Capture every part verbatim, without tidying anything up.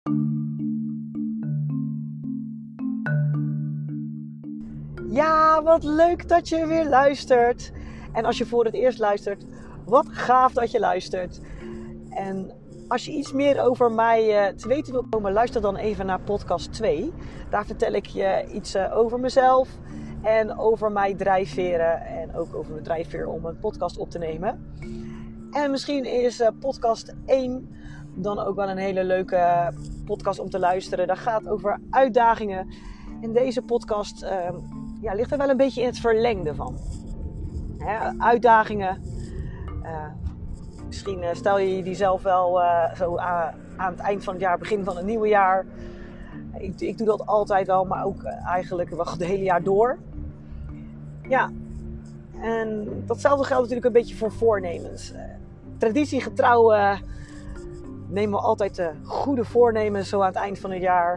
Ja, wat leuk dat je weer luistert. En als je voor het eerst luistert, wat gaaf dat je luistert. En als je iets meer over mij uh, te weten wil komen, luister dan even naar podcast twee. Daar vertel ik je iets uh, over mezelf en over mijn drijfveren. En ook over mijn drijfveer om een podcast op te nemen. En misschien is uh, podcast één dan ook wel een hele leuke podcast om te luisteren. Dat gaat over uitdagingen. En deze podcast uh, ja, ligt er wel een beetje in het verlengde van. Hè, uitdagingen. Uh, misschien uh, stel je je die zelf wel uh, zo aan, aan het eind van het jaar, begin van het nieuwe jaar. Ik, ik doe dat altijd wel, maar ook uh, eigenlijk wel het hele jaar door. Ja, en datzelfde geldt natuurlijk een beetje voor voornemens. Uh, traditiegetrouw uh, nemen we altijd de goede voornemens zo aan het eind van het jaar.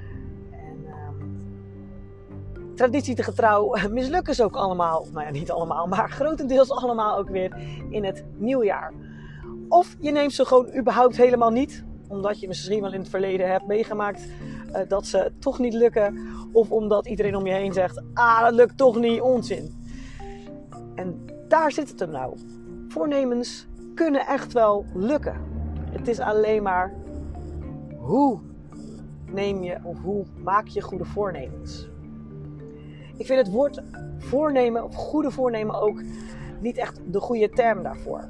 Traditiegetrouw mislukken ze ook allemaal. Nou ja, niet allemaal, maar grotendeels allemaal ook weer in het nieuwjaar. Of je neemt ze gewoon überhaupt helemaal niet. Omdat je misschien wel in het verleden hebt meegemaakt uh, dat ze toch niet lukken. Of omdat iedereen om je heen zegt, ah, dat lukt toch niet, onzin. En daar zit het hem nou. Voornemens kunnen echt wel lukken. Het is alleen maar hoe neem je of hoe maak je goede voornemens. Ik vind het woord voornemen of goede voornemen ook niet echt de goede term daarvoor.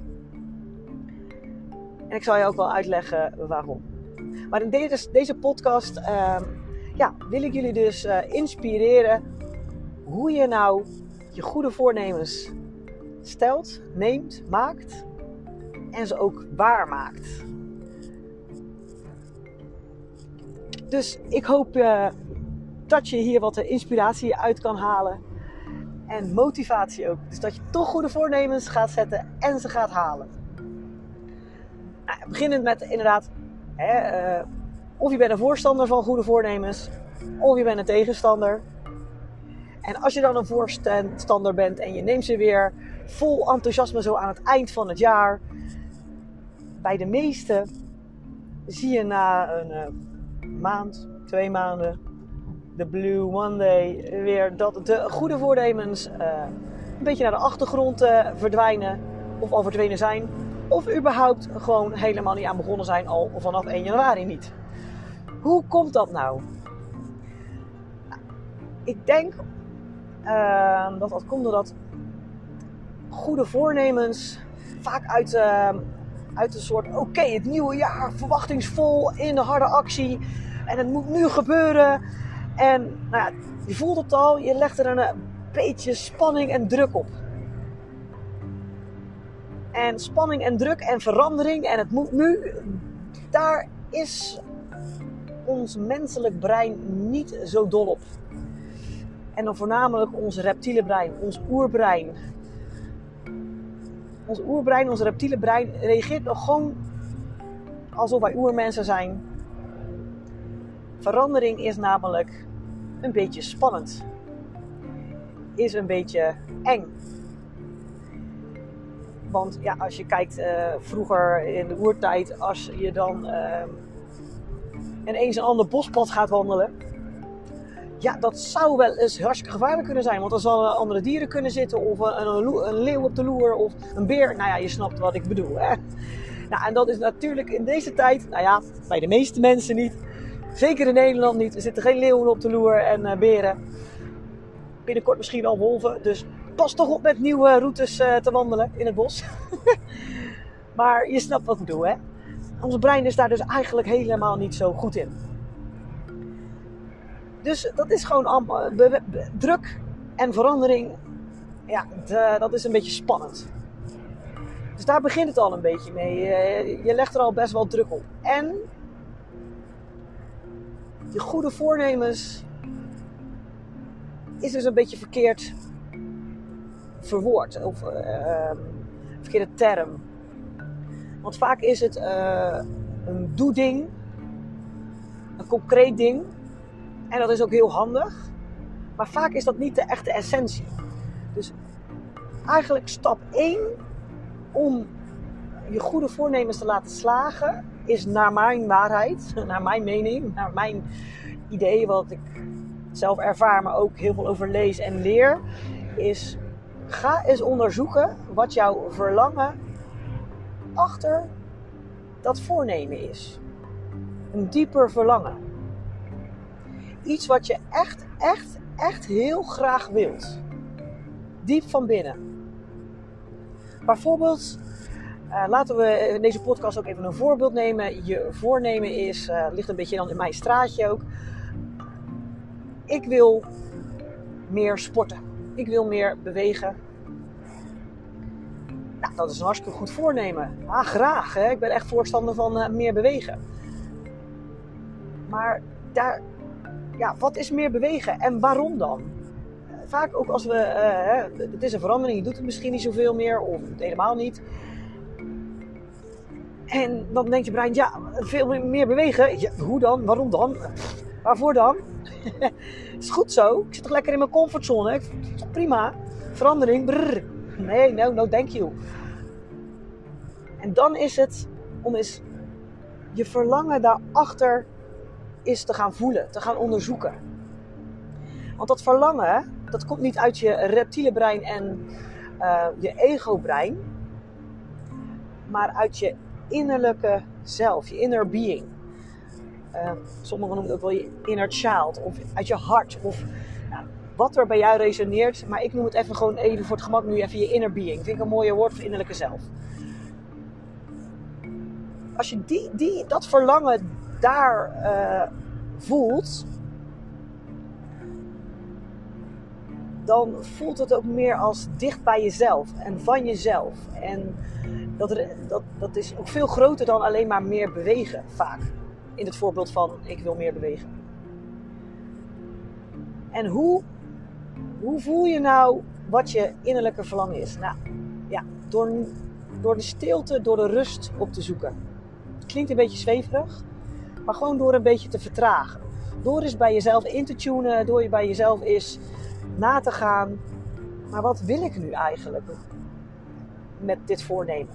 En ik zal je ook wel uitleggen waarom. Maar in deze, deze podcast uh, ja, wil ik jullie dus uh, inspireren hoe je nou je goede voornemens stelt, neemt, maakt en ze ook waarmaakt. Dus ik hoop uh, dat je hier wat inspiratie uit kan halen. En motivatie ook. Dus dat je toch goede voornemens gaat zetten en ze gaat halen. Nou, beginnend met inderdaad. Hè, uh, of je bent een voorstander van goede voornemens. Of je bent een tegenstander. En als je dan een voorstander bent en je neemt ze weer vol enthousiasme zo aan het eind van het jaar. Bij de meesten zie je na een uh, maand, twee maanden, de Blue Monday, weer dat de goede voornemens uh, een beetje naar de achtergrond uh, verdwijnen. Of al verdwenen zijn. Of überhaupt gewoon helemaal niet aan begonnen zijn, al vanaf één januari niet. Hoe komt dat nou? Nou, ik denk uh, dat dat komt doordat goede voornemens vaak uit, uh, uit een soort, oké, okay, het nieuwe jaar, verwachtingsvol, in de harde actie. En het moet nu gebeuren. En nou ja, je voelt het al, je legt er een beetje spanning en druk op. En spanning en druk en verandering en het moet nu, daar is ons menselijk brein niet zo dol op. En dan voornamelijk ons reptiele brein, ons oerbrein. Ons oerbrein, ons reptiele brein reageert nog gewoon alsof wij oermensen zijn. Verandering is namelijk een beetje spannend. Is een beetje eng. Want ja, als je kijkt uh, vroeger in de oertijd, als je dan uh, ineens een ander bospad gaat wandelen. Ja, dat zou wel eens hartstikke gevaarlijk kunnen zijn. Want er zullen andere dieren kunnen zitten. Of een, een, een leeuw op de loer. Of een beer. Nou ja, je snapt wat ik bedoel. Hè? Nou, en dat is natuurlijk in deze tijd, nou ja, bij de meeste mensen niet. Zeker in Nederland niet. Er zitten geen leeuwen op de loer en uh, beren. Binnenkort misschien wel wolven. Dus pas toch op met nieuwe routes uh, te wandelen in het bos. Maar je snapt wat ik bedoel, hè? Ons brein is daar dus eigenlijk helemaal niet zo goed in. Dus dat is gewoon allemaal be- be- druk en verandering. Ja, de, dat is een beetje spannend. Dus daar begint het al een beetje mee. Je, je legt er al best wel druk op. En je goede voornemens is dus een beetje verkeerd verwoord. Of uh, verkeerde term. Want vaak is het uh, een doe-ding. Een concreet ding. En dat is ook heel handig. Maar vaak is dat niet de echte essentie. Dus eigenlijk stap één om je goede voornemens te laten slagen is naar mijn waarheid, naar mijn mening, naar mijn idee, wat ik zelf ervaar, maar ook heel veel over lees en leer, is ga eens onderzoeken wat jouw verlangen achter dat voornemen is. Een dieper verlangen. Iets wat je echt, echt, echt heel graag wilt. Diep van binnen. Bijvoorbeeld, uh, laten we in deze podcast ook even een voorbeeld nemen. Je voornemen is, uh, ligt een beetje dan in mijn straatje ook. Ik wil meer sporten. Ik wil meer bewegen. Nou, dat is een hartstikke goed voornemen. Ah, graag. Hè? Ik ben echt voorstander van uh, meer bewegen. Maar daar, ja, wat is meer bewegen en waarom dan? Vaak ook als we, uh, het is een verandering, je doet het misschien niet zoveel meer of helemaal niet. En dan denkt je brein, ja, veel meer bewegen. Ja, hoe dan? Waarom dan? Pff, waarvoor dan? Is goed zo. Ik zit toch lekker in mijn comfortzone. Ik vind het prima. Verandering. Brrr. Nee, no, no, thank you. En dan is het om eens je verlangen daarachter is te gaan voelen, te gaan onderzoeken. Want dat verlangen, dat komt niet uit je reptiele brein en uh, je ego-brein, maar uit je innerlijke zelf, je inner being. Uh, sommigen noemen het ook wel je inner child, of uit je hart, of nou, wat er bij jou resoneert. Maar ik noem het even gewoon even voor het gemak nu even je inner being. Vind ik een mooie woord voor innerlijke zelf. Als je die, die, dat verlangen daar uh, voelt, dan voelt het ook meer als dicht bij jezelf en van jezelf. En dat, dat, dat is ook veel groter dan alleen maar meer bewegen, vaak. In het voorbeeld van, ik wil meer bewegen. En hoe, hoe voel je nou wat je innerlijke verlangen is? Nou, ja, door, door de stilte, door de rust op te zoeken. Het klinkt een beetje zweverig, maar gewoon door een beetje te vertragen. Door eens bij jezelf in te tunen, door je bij jezelf eens na te gaan. Maar wat wil ik nu eigenlijk met dit voornemen?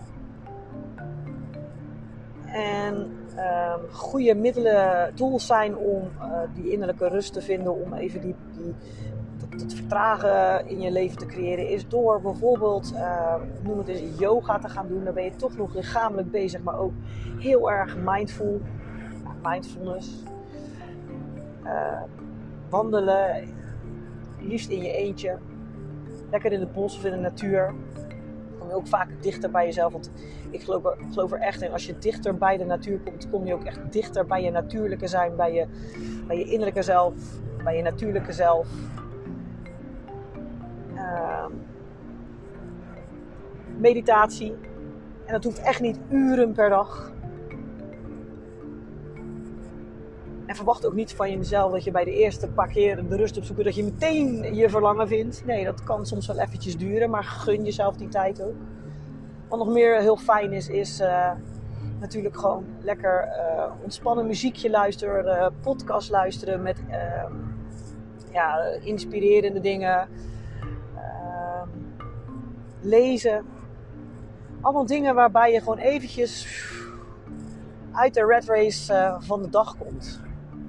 En uh, goede middelen, tools zijn om uh, die innerlijke rust te vinden, om even die, die, dat, dat vertragen in je leven te creëren, is door bijvoorbeeld, uh, noem het eens, yoga te gaan doen. Dan ben je toch nog lichamelijk bezig, maar ook heel erg mindful, mindfulness. Uh, wandelen, liefst in je eentje, lekker in het bos of in de natuur. Dan kom je ook vaak dichter bij jezelf, want ik geloof er, geloof er echt in, als je dichter bij de natuur komt, kom je ook echt dichter bij je natuurlijke zijn, bij je, bij je innerlijke zelf, bij je natuurlijke zelf. Uh, meditatie. En dat hoeft echt niet uren per dag. En verwacht ook niet van jezelf dat je bij de eerste paar keer de rust opzoekt, dat je meteen je verlangen vindt. Nee, dat kan soms wel eventjes duren, maar gun jezelf die tijd ook. Wat nog meer heel fijn is, is uh, natuurlijk gewoon lekker uh, ontspannen muziekje luisteren, uh, podcast luisteren met uh, ja, inspirerende dingen. Uh, lezen. Allemaal dingen waarbij je gewoon eventjes uit de rat race uh, van de dag komt.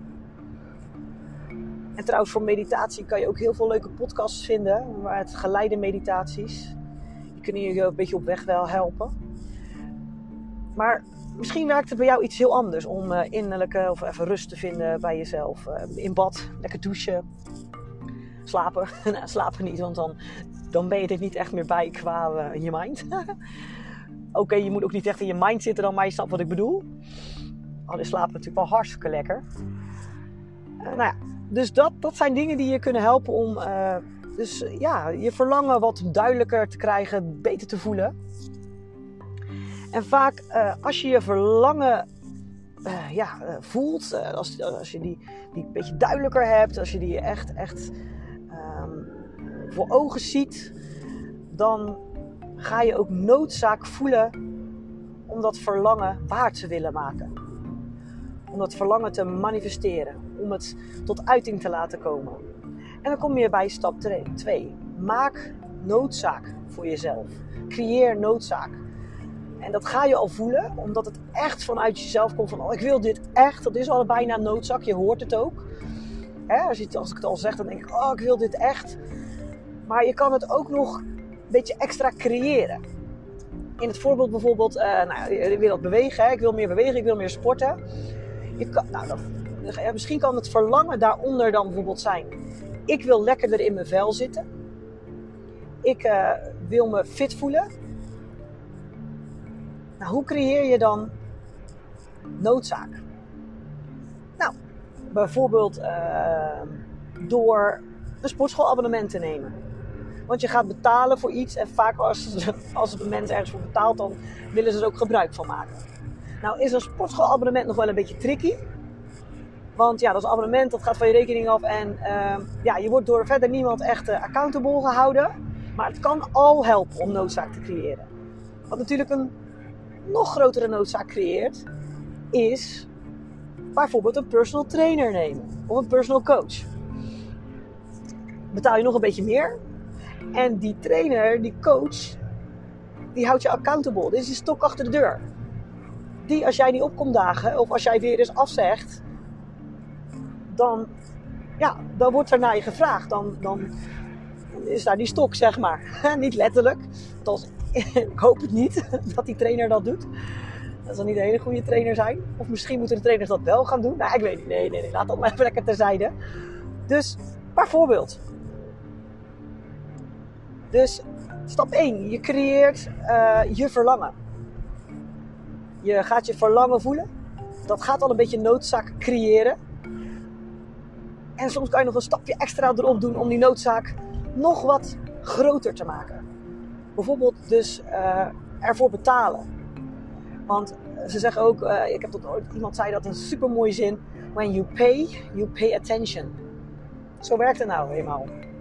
En trouwens, voor meditatie kan je ook heel veel leuke podcasts vinden. Maar het geleide meditaties. Die kunnen je een beetje op weg wel helpen. Maar misschien werkt het bij jou iets heel anders. Om uh, innerlijke of even rust te vinden bij jezelf. Uh, in bad, lekker douchen. Slapen. nou, slapen niet, want dan, dan ben je er niet echt meer bij qua uh, in je mind. Oké, okay, je moet ook niet echt in je mind zitten dan, maar je snapt wat ik bedoel. Al is slapen natuurlijk wel hartstikke lekker. Uh, nou ja, dus dat, dat zijn dingen die je kunnen helpen om uh, dus, uh, ja, je verlangen wat duidelijker te krijgen, beter te voelen. En vaak uh, als je je verlangen uh, ja, uh, voelt, uh, als, als je die, die een beetje duidelijker hebt, als je die echt, echt um, voor ogen ziet, dan ga je ook noodzaak voelen om dat verlangen waar te willen maken. Om dat verlangen te manifesteren. Om het tot uiting te laten komen. En dan kom je bij stap twee. Maak noodzaak voor jezelf. Creëer noodzaak. En dat ga je al voelen, omdat het echt vanuit jezelf komt van, oh, ik wil dit echt. Dat is al bijna noodzak, je hoort het ook. Hè, als, je, als ik het al zeg, dan denk ik, oh, ik wil dit echt. Maar je kan het ook nog een beetje extra creëren. In het voorbeeld bijvoorbeeld, uh, nou, je wil bewegen, hè? Ik wil meer bewegen, ik wil meer sporten. Je kan, nou, dat, misschien kan het verlangen daaronder dan bijvoorbeeld zijn, ik wil lekkerder in mijn vel zitten. Ik uh, wil me fit voelen. Nou, hoe creëer je dan noodzaak? Nou, bijvoorbeeld uh, door een sportschoolabonnement te nemen. Want je gaat betalen voor iets en vaak als, als het mensen ergens voor betaalt, dan willen ze er ook gebruik van maken. Nou is een sportschoolabonnement nog wel een beetje tricky. Want ja, dat is een abonnement, dat gaat van je rekening af en uh, ja, je wordt door verder niemand echt uh, accountable gehouden. Maar het kan al helpen om noodzaak te creëren. Wat natuurlijk een nog grotere noodzaak creëert, is bijvoorbeeld een personal trainer nemen. Of een personal coach. Betaal je nog een beetje meer. En die trainer, die coach, die houdt je accountable. Dit is je stok achter de deur. Die, als jij niet opkomt dagen, of als jij weer eens afzegt, dan, ja, dan wordt er naar je gevraagd. Dan, dan is daar die stok, zeg maar. Niet letterlijk. Althans, ik hoop het niet, dat die trainer dat doet. Dat zal niet een hele goede trainer zijn. Of misschien moeten de trainers dat wel gaan doen. Nou, ik weet niet. Nee, nee, nee. Laat dat maar even lekker terzijde. Dus, bijvoorbeeld. Dus, stap één. Je creëert uh, je verlangen. Je gaat je verlangen voelen. Dat gaat al een beetje noodzaak creëren. En soms kan je nog een stapje extra erop doen om die noodzaak nog wat groter te maken. Bijvoorbeeld dus uh, ervoor betalen. Want ze zeggen ook, uh, ik heb tot ooit, iemand zei dat een super mooie zin. When you pay, you pay attention. Zo werkt het nou eenmaal.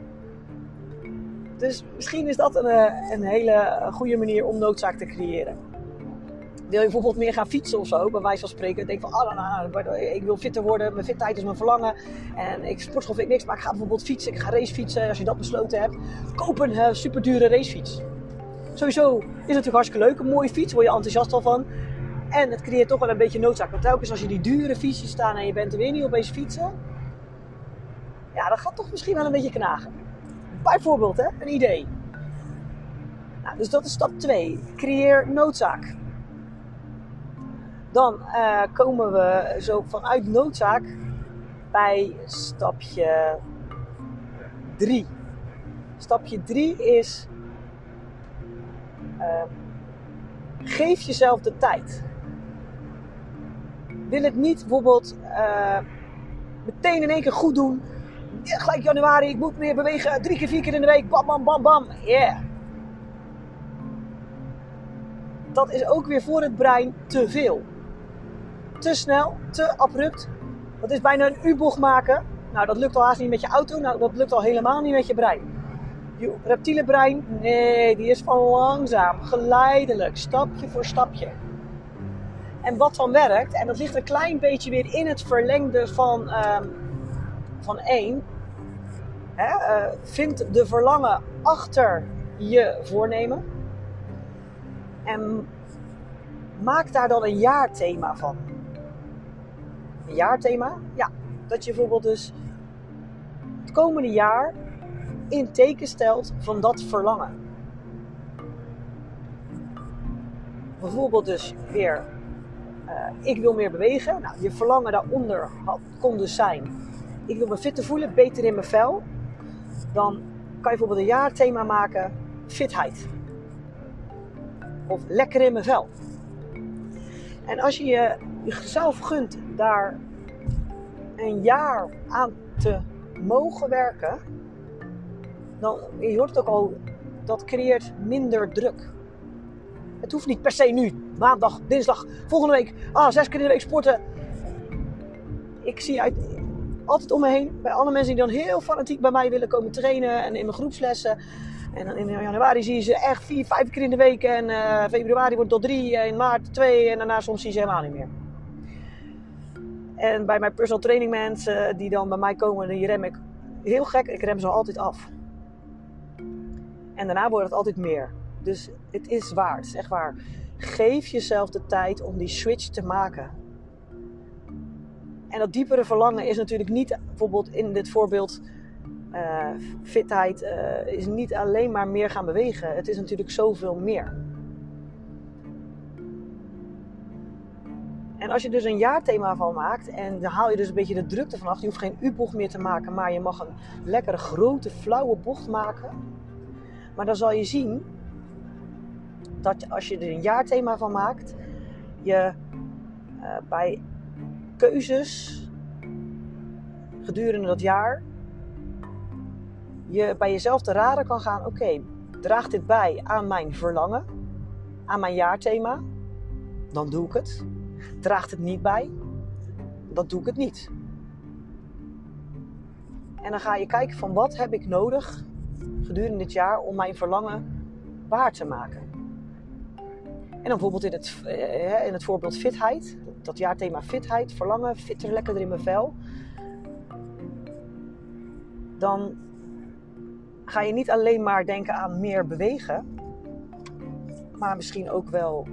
Dus misschien is dat een, een hele goede manier om noodzaak te creëren. Wil je bijvoorbeeld meer gaan fietsen of zo, bij wijze van spreken. Denk van, oh, nou, nou, ik wil fitter worden, mijn fitheid is mijn verlangen. En ik sportschool vind ik niks, maar ik ga bijvoorbeeld fietsen. Ik ga racefietsen, als je dat besloten hebt. Koop een uh, super dure racefiets. Sowieso is het natuurlijk hartstikke leuk, een mooie fiets, word je enthousiast al van. En het creëert toch wel een beetje noodzaak. Want telkens als je die dure fietsjes staan en je bent er weer niet opeens fietsen. Ja, dat gaat toch misschien wel een beetje knagen. Bijvoorbeeld, hè, een idee. Nou, dus dat is stap twee. Creëer noodzaak. Dan uh, komen we zo vanuit noodzaak bij stapje drie. Stapje drie is... Uh, geef jezelf de tijd. Wil het niet bijvoorbeeld uh, meteen in één keer goed doen. Ja, gelijk januari, ik moet meer bewegen. Drie keer, vier keer in de week. Bam, bam, bam, bam. Yeah. Dat is ook weer voor het brein te veel. Te snel, te abrupt. Dat is bijna een U-bocht maken. Nou, dat lukt al haast niet met je auto. Nou, dat lukt al helemaal niet met je brein. Je reptiele brein, nee, die is van langzaam, geleidelijk, stapje voor stapje. En wat dan werkt, en dat ligt een klein beetje weer in het verlengde van, uh, van één. Hè, uh, vind de verlangen achter je voornemen. En maak daar dan een jaarthema van. Een jaarthema? Ja, dat je bijvoorbeeld dus het komende jaar in teken stelt van dat verlangen. Bijvoorbeeld dus weer, uh, ik wil meer bewegen. Nou, je verlangen daaronder had, kon dus zijn, ik wil me fitter voelen, beter in mijn vel. Dan kan je bijvoorbeeld een jaarthema maken, fitheid. Of lekker in mijn vel. En als je, je jezelf gunt daar een jaar aan te mogen werken, dan, je hoort het ook al, dat creëert minder druk. Het hoeft niet per se nu, maandag, dinsdag, volgende week, ah, zes keer in de week sporten. Ik zie uit, altijd om me heen, bij alle mensen die dan heel fanatiek bij mij willen komen trainen en in mijn groepslessen. En dan in januari zie je ze echt vier, vijf keer in de week en uh, februari wordt tot drie, in maart twee en daarna soms zie je ze helemaal niet meer. En bij mijn personal training mensen die dan bij mij komen, die rem ik heel gek, ik rem ze altijd af. En daarna wordt het altijd meer. Dus het is waar, het is echt waar. Geef jezelf de tijd om die switch te maken. En dat diepere verlangen is natuurlijk niet, bijvoorbeeld in dit voorbeeld, uh, fitheid, uh, is niet alleen maar meer gaan bewegen. Het is natuurlijk zoveel meer. En als je dus een jaarthema van maakt, en dan haal je dus een beetje de drukte vanaf. Je hoeft geen U-bocht meer te maken, maar je mag een lekkere grote flauwe bocht maken. Maar dan zal je zien dat als je er een jaarthema van maakt, je uh, bij keuzes gedurende dat jaar je bij jezelf te raden kan gaan, oké, okay, draagt dit bij aan mijn verlangen, aan mijn jaarthema? Dan doe ik het. Draagt het niet bij? Dan doe ik het niet. En dan ga je kijken van wat heb ik nodig gedurende dit jaar om mijn verlangen waar te maken. En dan bijvoorbeeld in het, in het voorbeeld fitheid, dat jaarthema fitheid, verlangen, fitter, lekkerder in mijn vel. Dan ga je niet alleen maar denken aan meer bewegen, maar misschien ook wel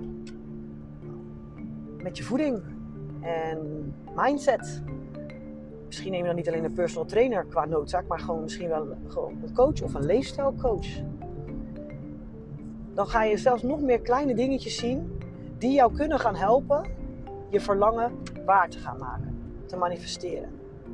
met je voeding en mindset. Misschien neem je dan niet alleen een personal trainer qua noodzaak, maar gewoon misschien wel gewoon een coach of een leefstijlcoach. Dan ga je zelfs nog meer kleine dingetjes zien die jou kunnen gaan helpen je verlangen waar te gaan maken, te manifesteren.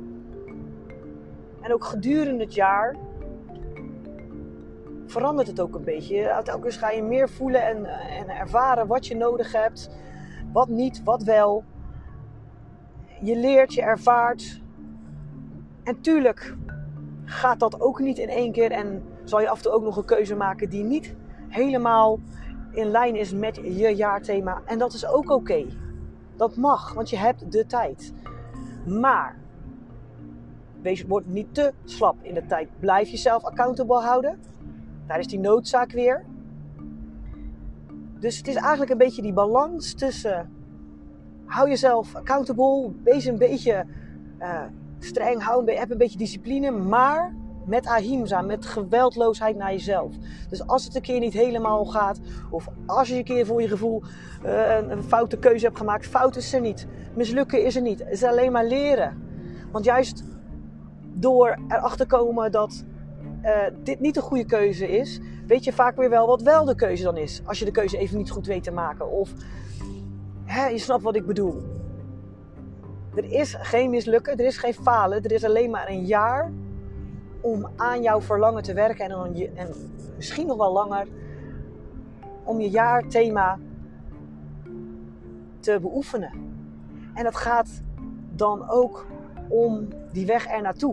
En ook gedurende het jaar verandert het ook een beetje. Telkens ga je meer voelen en, en ervaren wat je nodig hebt, wat niet, wat wel. Je leert, je ervaart. En tuurlijk gaat dat ook niet in één keer en zal je af en toe ook nog een keuze maken die niet helemaal in lijn is met je jaarthema. En dat is ook oké. Okay. Dat mag, want je hebt de tijd. Maar wees, word niet te slap in de tijd. Blijf jezelf accountable houden. Daar is die noodzaak weer. Dus het is eigenlijk een beetje die balans tussen hou jezelf accountable, wees een beetje uh, streng, hou, heb een beetje discipline, maar met ahimsa, met geweldloosheid naar jezelf. Dus als het een keer niet helemaal gaat, of als je een keer voor je gevoel uh, een, een foute keuze hebt gemaakt, fout is er niet, mislukken is er niet, het is alleen maar leren. Want juist door erachter te komen dat uh, dit niet de goede keuze is, weet je vaak weer wel wat wel de keuze dan is. Als je de keuze even niet goed weet te maken. Of, hè, je snapt wat ik bedoel. Er is geen mislukken, er is geen falen. Er is alleen maar een jaar om aan jouw verlangen te werken. En, dan je, en misschien nog wel langer om je jaarthema te beoefenen. En dat gaat dan ook om die weg er naartoe.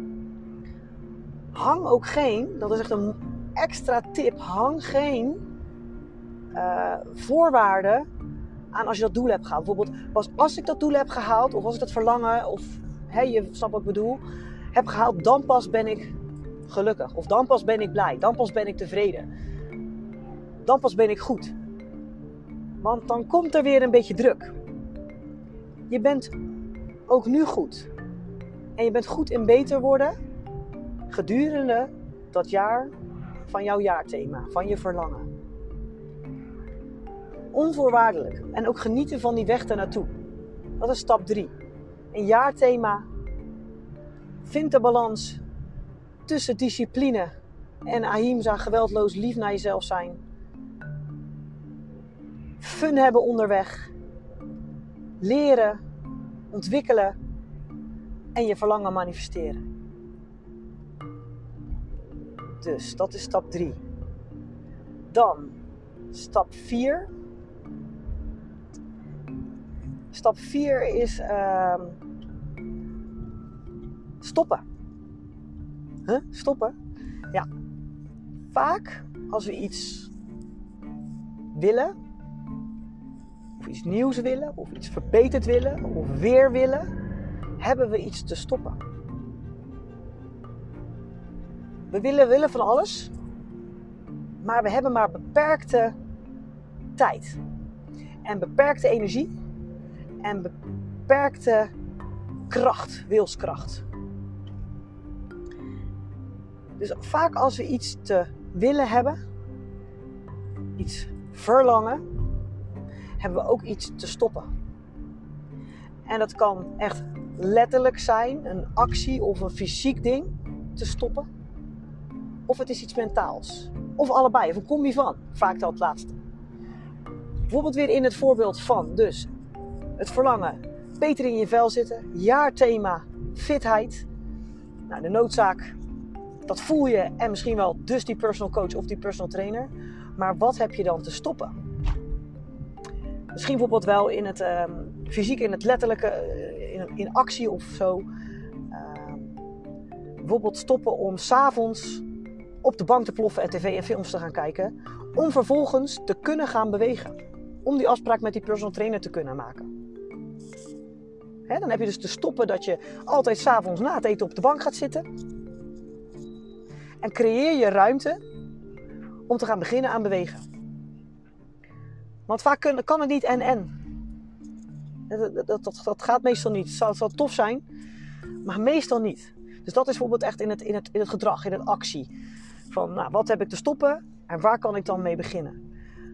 Hang ook geen, dat is echt een extra tip, hang geen uh, voorwaarden aan als je dat doel hebt gehaald. Bijvoorbeeld, pas als ik dat doel heb gehaald, of als ik dat verlangen, of hey, je snapt wat ik bedoel, heb gehaald, dan pas ben ik gelukkig. Of dan pas ben ik blij, dan pas ben ik tevreden. Dan pas ben ik goed. Want dan komt er weer een beetje druk. Je bent ook nu goed. En je bent goed in beter worden gedurende dat jaar van jouw jaarthema, van je verlangen. Onvoorwaardelijk. En ook genieten van die weg ernaartoe. Dat is stap drie. Een jaarthema. Vind de balans tussen discipline en ahimsa, geweldloos lief naar jezelf zijn. Fun hebben onderweg. Leren, ontwikkelen en je verlangen manifesteren. Dus dat is stap drie. Dan stap vier. Stap vier is uh, stoppen. Huh? Stoppen? Ja. Vaak als we iets willen, of iets nieuws willen, of iets verbeterd willen, of weer willen, hebben we iets te stoppen. We willen, willen van alles, maar we hebben maar beperkte tijd. En beperkte energie. En beperkte kracht, wilskracht. Dus vaak als we iets te willen hebben, iets verlangen, hebben we ook iets te stoppen. En dat kan echt letterlijk zijn, een actie of een fysiek ding te stoppen. Of het is iets mentaals. Of allebei, of een combi van. Vaak dat laatste. Bijvoorbeeld weer in het voorbeeld van dus het verlangen, beter in je vel zitten, jaarthema, fitheid. Nou, de noodzaak, dat voel je en misschien wel dus die personal coach of die personal trainer. Maar wat heb je dan te stoppen? Misschien bijvoorbeeld wel in het um, fysiek, in het letterlijke, in, in actie of zo. Uh, bijvoorbeeld stoppen om 's avonds op de bank te ploffen en tv en films te gaan kijken. Om vervolgens te kunnen gaan bewegen. Om die afspraak met die personal trainer te kunnen maken. Hè, dan heb je dus te stoppen dat je altijd 's avonds na het eten op de bank gaat zitten. En creëer je ruimte om te gaan beginnen aan bewegen. Want vaak kan het niet en-en. Dat, dat, dat, dat gaat meestal niet. Het zal, het zal tof zijn, maar meestal niet. Dus dat is bijvoorbeeld echt in het, in het, in het gedrag, in het actie. Van, nou, wat heb ik te stoppen en waar kan ik dan mee beginnen?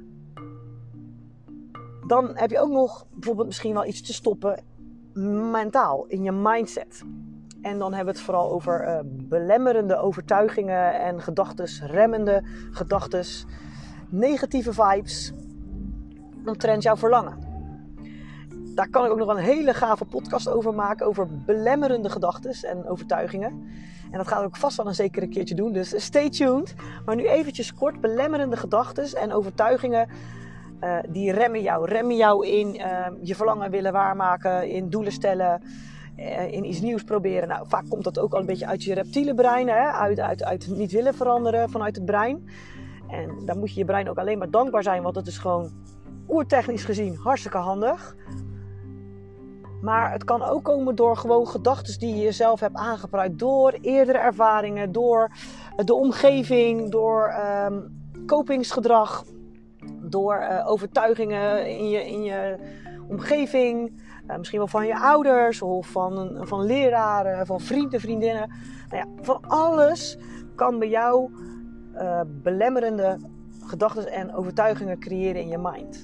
Dan heb je ook nog bijvoorbeeld misschien wel iets te stoppen mentaal, in je mindset. En dan hebben we het vooral over uh, belemmerende overtuigingen en gedachtes, remmende gedachtes, negatieve vibes omtrent jouw verlangen. Daar kan ik ook nog een hele gave podcast over maken, over belemmerende gedachtes en overtuigingen. En dat gaan we ook vast wel een zekere keertje doen, dus stay tuned. Maar nu eventjes kort, belemmerende gedachtes en overtuigingen, uh, die remmen jou. Remmen jou in uh, je verlangen willen waarmaken, in doelen stellen, uh, in iets nieuws proberen. Nou, vaak komt dat ook al een beetje uit je reptiele brein, hè? Uit, uit, uit niet willen veranderen vanuit het brein. En daar moet je je brein ook alleen maar dankbaar zijn, want het is gewoon oertechnisch gezien hartstikke handig. Maar het kan ook komen door gewoon gedachten die je jezelf hebt aangepraat. Door eerdere ervaringen, door de omgeving, door um, kopingsgedrag. Door uh, overtuigingen in je, in je omgeving. Uh, misschien wel van je ouders of van, van leraren, van vrienden, vriendinnen. Nou ja, van alles kan bij jou uh, belemmerende gedachten en overtuigingen creëren in je mind.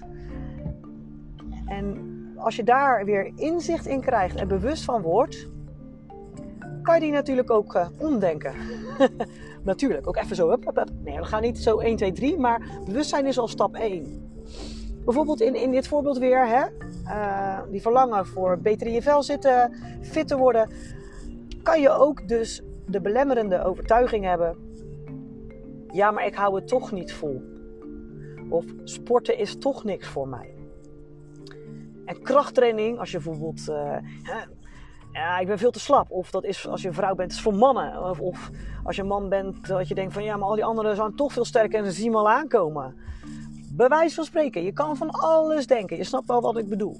En als je daar weer inzicht in krijgt en bewust van wordt, kan je die natuurlijk ook uh, omdenken. Natuurlijk, ook even zo. Hup, hup, hup. Nee, we gaan niet zo één, twee, drie, maar bewustzijn is al stap één. Bijvoorbeeld in, in dit voorbeeld weer, hè, uh, die verlangen voor beter in je vel zitten, fit te worden, kan je ook dus de belemmerende overtuiging hebben. Ja, maar ik hou het toch niet vol. Of sporten is toch niks voor mij. En krachttraining, als je bijvoorbeeld, uh, ja, ik ben veel te slap. Of dat is als je een vrouw bent, is voor mannen. Of, of als je een man bent, dat je denkt van ja, maar al die anderen zijn toch veel sterker en ze zien me al aankomen. Bij wijze van spreken, je kan van alles denken. Je snapt wel wat ik bedoel.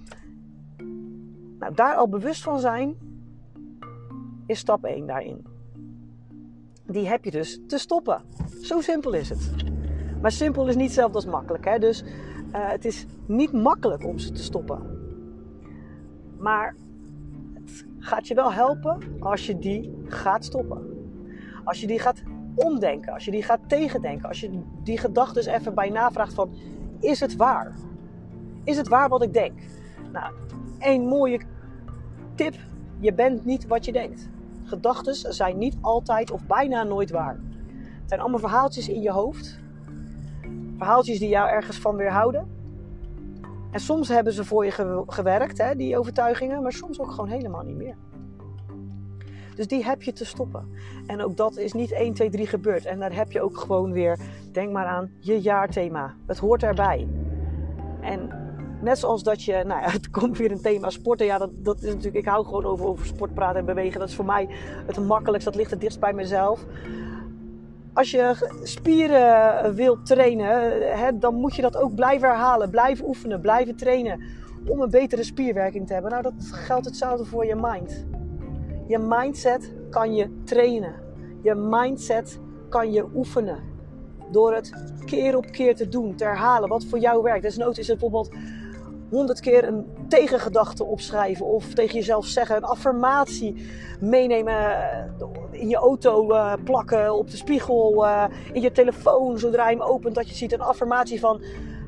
Nou, daar al bewust van zijn, is stap één daarin. Die heb je dus te stoppen. Zo simpel is het. Maar simpel is niet hetzelfde als makkelijk, hè? Dus Uh, het is niet makkelijk om ze te stoppen. Maar het gaat je wel helpen als je die gaat stoppen. Als je die gaat omdenken. Als je die gaat tegendenken. Als je die gedachten even bij navraagt van, is het waar? Is het waar wat ik denk? Nou, één mooie tip. Je bent niet wat je denkt. Gedachten zijn niet altijd of bijna nooit waar. Het zijn allemaal verhaaltjes in je hoofd. Verhaaltjes die jou ergens van weerhouden. En soms hebben ze voor je ge- gewerkt, hè, die overtuigingen. Maar soms ook gewoon helemaal niet meer. Dus die heb je te stoppen. En ook dat is niet één, twee, drie gebeurd. En daar heb je ook gewoon weer, denk maar aan, je jaarthema. Het hoort erbij. En net zoals dat je, nou ja, het komt weer een thema sporten. Ja, dat, dat is natuurlijk, ik hou gewoon over, over sport praten en bewegen. Dat is voor mij het makkelijkst, dat ligt het dichtst bij mezelf. Als je spieren wilt trainen, hè, dan moet je dat ook blijven herhalen. Blijven oefenen, blijven trainen. Om een betere spierwerking te hebben. Nou, dat geldt hetzelfde voor je mind. Je mindset kan je trainen. Je mindset kan je oefenen. Door het keer op keer te doen, te herhalen. Wat voor jou werkt. Desnoods is het bijvoorbeeld honderd keer een tegengedachte opschrijven. Of tegen jezelf zeggen. Een affirmatie meenemen. In je auto uh, plakken. Op de spiegel. Uh, in je telefoon. Zodra je hem opent dat je ziet een affirmatie van.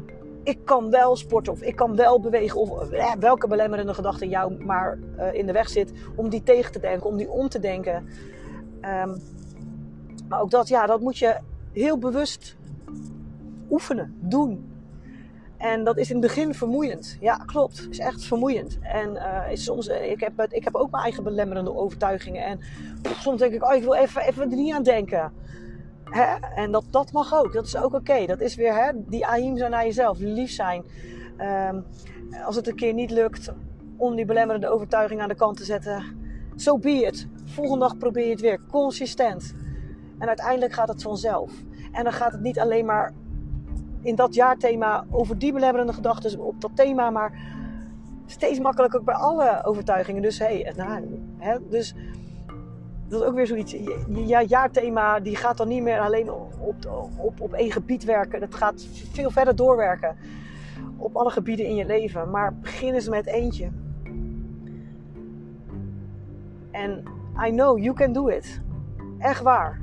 ik kan wel sporten of ik kan wel bewegen. Of eh, welke belemmerende gedachte jou maar uh, in de weg zit. Om die tegen te denken, om die om te denken. Um, maar ook dat, ja, dat moet je heel bewust oefenen, doen. En dat is in het begin vermoeiend. Ja, klopt. Is echt vermoeiend. En uh, is soms, ik, heb, ik heb ook mijn eigen belemmerende overtuigingen. En pff, soms denk ik, oh, ik wil even, even er niet aan denken. Hè? En dat, dat mag ook. Dat is ook oké. Okay. Dat is weer hè, die ahimsa naar jezelf. Lief zijn. Um, als het een keer niet lukt om die belemmerende overtuiging aan de kant te zetten. So be it. Volgende dag probeer je het weer. Consistent. En uiteindelijk gaat het vanzelf. En dan gaat het niet alleen maar in dat jaarthema over die belemmerende gedachten op dat thema, maar steeds makkelijker ook bij alle overtuigingen. Dus hey, nou, hè, dus dat is ook weer zoiets. Je jaarthema die gaat dan niet meer alleen op, op, op, op één gebied werken. Dat gaat veel verder doorwerken op alle gebieden in je leven. Maar begin eens met eentje. En I know you can do it. Echt waar.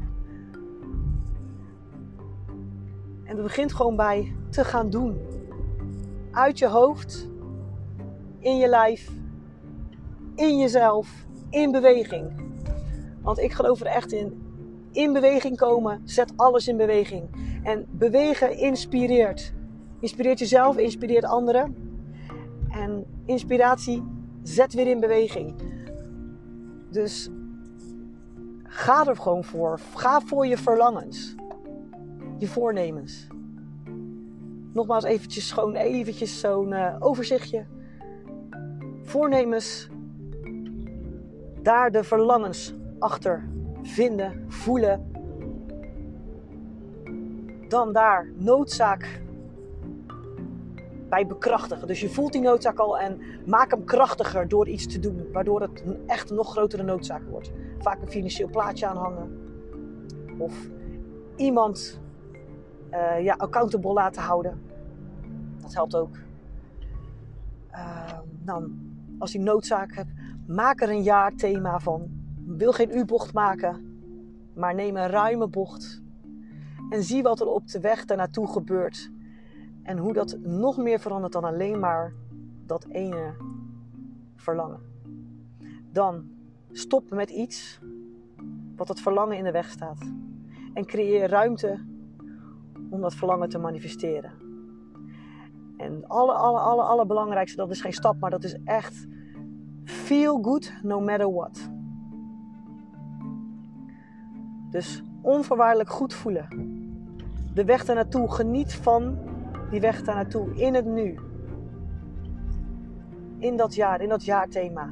En het begint gewoon bij te gaan doen. Uit je hoofd, in je lijf, in jezelf, in beweging. Want ik geloof er echt in. In beweging komen, zet alles in beweging. En bewegen inspireert. Inspireert jezelf, inspireert anderen. En inspiratie zet weer in beweging. Dus ga er gewoon voor. Ga voor je verlangens. Je voornemens. Nogmaals eventjes gewoon eventjes zo'n uh, overzichtje. Voornemens. Daar de verlangens achter vinden, voelen. Dan daar noodzaak bij bekrachtigen. Dus je voelt die noodzaak al en maak hem krachtiger door iets te doen. Waardoor het een echt een nog grotere noodzaak wordt. Vaak een financieel plaatje aanhangen. Of iemand uh, ja, accountable laten houden. Dat helpt ook. Uh, dan, als je noodzaak hebt, maak er een jaarthema van. Wil geen U-bocht maken, maar neem een ruime bocht. En zie wat er op de weg daarnaartoe gebeurt. En hoe dat nog meer verandert dan alleen maar dat ene verlangen. Dan stop met iets wat het verlangen in de weg staat. En creëer ruimte om dat verlangen te manifesteren. En het alle, alle, alle, allerbelangrijkste, dat is geen stap, maar dat is echt feel good no matter what. Dus onvoorwaardelijk goed voelen. De weg daar naartoe, geniet van die weg daar naartoe, in het nu. In dat jaar, in dat jaarthema.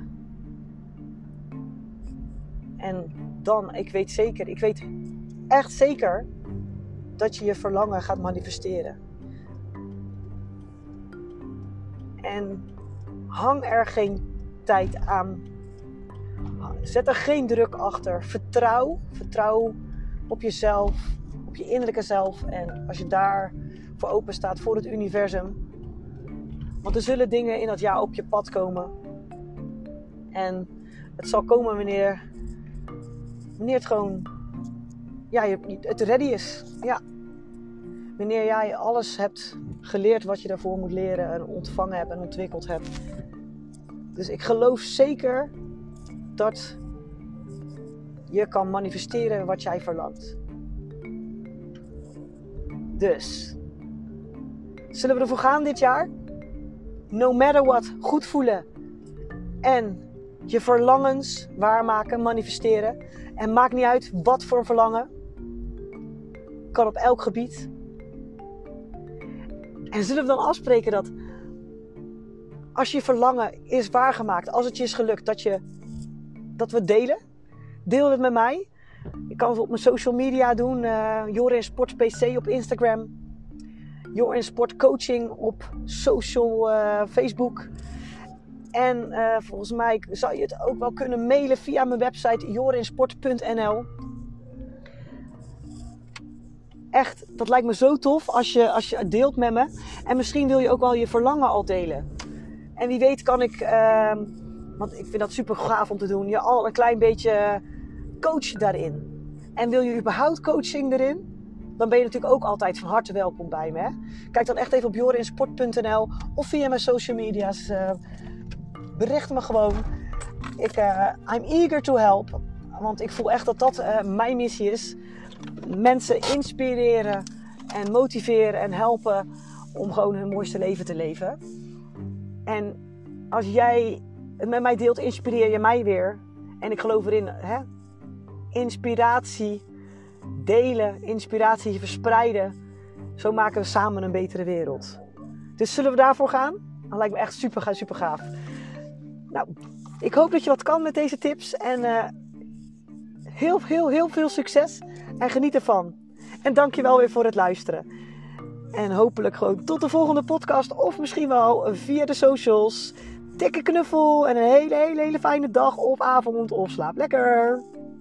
En dan, ik weet zeker, ik weet echt zeker dat je je verlangen gaat manifesteren. En hang er geen tijd aan. Zet er geen druk achter. Vertrouw, vertrouw op jezelf, op je innerlijke zelf. En als je daar voor open staat voor het universum. Want er zullen dingen in dat jaar op je pad komen. En het zal komen wanneer, wanneer het gewoon, ja, het ready is. Ja. Wanneer jij alles hebt geleerd wat je daarvoor moet leren en ontvangen hebt en ontwikkeld hebt. Dus ik geloof zeker dat je kan manifesteren wat jij verlangt. Dus, zullen we ervoor gaan dit jaar? No matter what, goed voelen. En je verlangens waarmaken, manifesteren. En maakt niet uit wat voor verlangen. Kan op elk gebied. En zullen we dan afspreken dat als je verlangen is waargemaakt, als het je is gelukt, dat, je, dat we het delen. Deel het met mij. Je kan het op mijn social media doen. Uh, Jorin Sport P C op Instagram. Jorin Sport Coaching op social uh, Facebook. En uh, volgens mij zou je het ook wel kunnen mailen via mijn website jorinsport punt n l. Echt, dat lijkt me zo tof als je, als je het deelt met me. En misschien wil je ook wel je verlangen al delen. En wie weet kan ik, uh, want ik vind dat super gaaf om te doen, je al een klein beetje coachen daarin. En wil je überhaupt coaching erin? dan ben je natuurlijk ook altijd van harte welkom bij me. Hè? Kijk dan echt even op jorinsport punt n l of via mijn social media's. Uh, bericht me gewoon. Ik, uh, I'm eager to help. Want ik voel echt dat dat uh, mijn missie is. Mensen inspireren en motiveren en helpen om gewoon hun mooiste leven te leven. En als jij het met mij deelt, inspireer je mij weer. En ik geloof erin, hè? Inspiratie delen, inspiratie verspreiden. Zo maken we samen een betere wereld. Dus zullen we daarvoor gaan? Dat lijkt me echt super, super gaaf. Nou, ik hoop dat je wat kan met deze tips. En uh, heel, heel, heel veel succes. En geniet ervan. En dank je wel weer voor het luisteren. En hopelijk gewoon tot de volgende podcast. Of misschien wel via de socials. Dikke knuffel en een hele, hele, hele fijne dag of avond. Of slaap lekker.